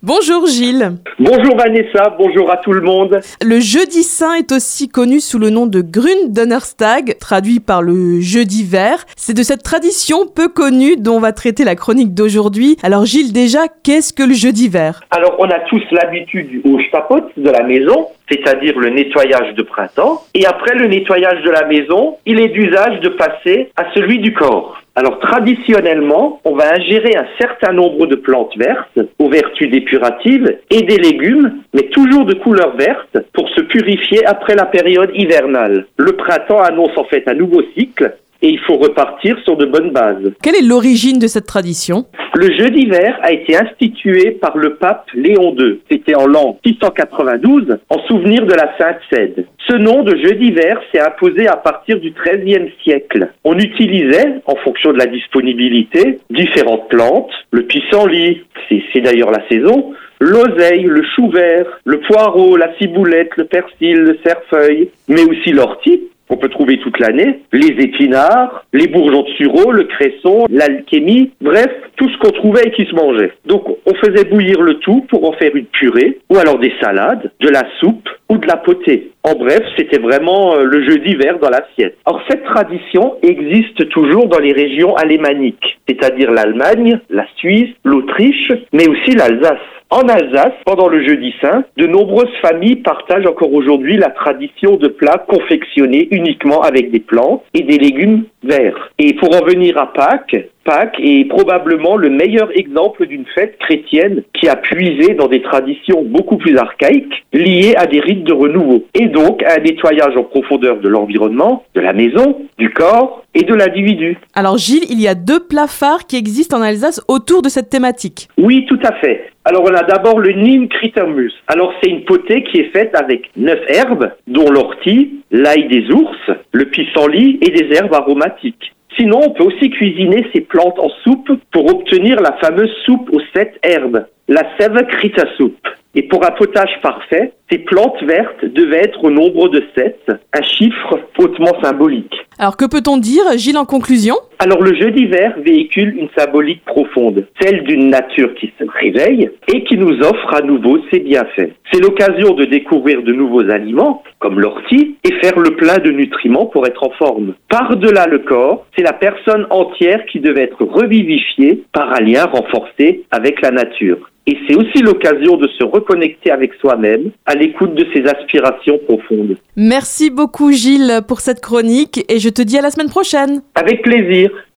Bonjour Gilles. Bonjour Vanessa, bonjour à tout le monde. Le jeudi saint est aussi connu sous le nom de Gründonnerstag, traduit par le jeudi vert. C'est de cette tradition peu connue dont on va traiter la chronique d'aujourd'hui. Alors Gilles, déjà, qu'est-ce que le jeudi vert ? Alors on a tous l'habitude du Osterpot de la maison, c'est-à-dire le nettoyage de printemps. Et après le nettoyage de la maison, il est d'usage de passer à celui du corps. Alors traditionnellement, on va ingérer un certain nombre de plantes vertes aux vertus dépuratives et des légumes, mais toujours de couleur verte pour se purifier après la période hivernale. Le printemps annonce en fait un nouveau cycle et il faut repartir sur de bonnes bases. Quelle est l'origine de cette tradition ? Le jeudi vert a été institué par le pape Léon II. C'était en l'an 692, en souvenir de la Sainte Cède. Ce nom de jeudi vert s'est imposé à partir du XIIIe siècle. On utilisait, en fonction de la disponibilité, différentes plantes. Le pissenlit, c'est d'ailleurs la saison. L'oseille, le chou vert, le poireau, la ciboulette, le persil, le cerfeuil, mais aussi l'ortie, qu'on peut trouver toute l'année, les épinards, les bourgeons de sureau, le cresson, l'alchémie, bref, tout ce qu'on trouvait et qui se mangeait. Donc on faisait bouillir le tout pour en faire une purée, ou alors des salades, de la soupe ou de la potée. En bref, c'était vraiment le jeudi vert dans l'assiette. Or cette tradition existe toujours dans les régions alémaniques, c'est-à-dire l'Allemagne, la Suisse, l'Autriche, mais aussi l'Alsace. En Alsace, pendant le jeudi saint, de nombreuses familles partagent encore aujourd'hui la tradition de plats confectionnés uniquement avec des plantes et des légumes verts. Et pour en venir à Pâques est probablement le meilleur exemple d'une fête chrétienne qui a puisé dans des traditions beaucoup plus archaïques liées à des rites de renouveau. Et donc à un nettoyage en profondeur de l'environnement, de la maison, du corps et de l'individu. Alors Gilles, il y a 2 plats phares qui existent en Alsace autour de cette thématique. Oui, tout à fait. Alors on a d'abord le Nienkrittermus. Alors c'est une potée qui est faite avec 9 herbes, dont l'ortie, l'ail des ours, le pissenlit et des herbes aromatiques. Sinon, on peut aussi cuisiner ces plantes en soupe pour obtenir la fameuse soupe aux 7 herbes, la Sevekrittersoup. Et pour un potage parfait, ces plantes vertes devaient être au nombre de 7, un chiffre hautement symbolique. Alors que peut-on dire, Gilles, en conclusion ? Alors le jeudi vert véhicule une symbolique profonde, celle d'une nature qui se réveille et qui nous offre à nouveau ses bienfaits. C'est l'occasion de découvrir de nouveaux aliments, comme l'ortie, et faire le plein de nutriments pour être en forme. Par-delà le corps, c'est la personne entière qui devait être revivifiée par un lien renforcé avec la nature. Et c'est aussi l'occasion de se reconnecter avec soi-même, à l'écoute de ses aspirations profondes. Merci beaucoup Gilles pour cette chronique et je te dis à la semaine prochaine. Avec plaisir.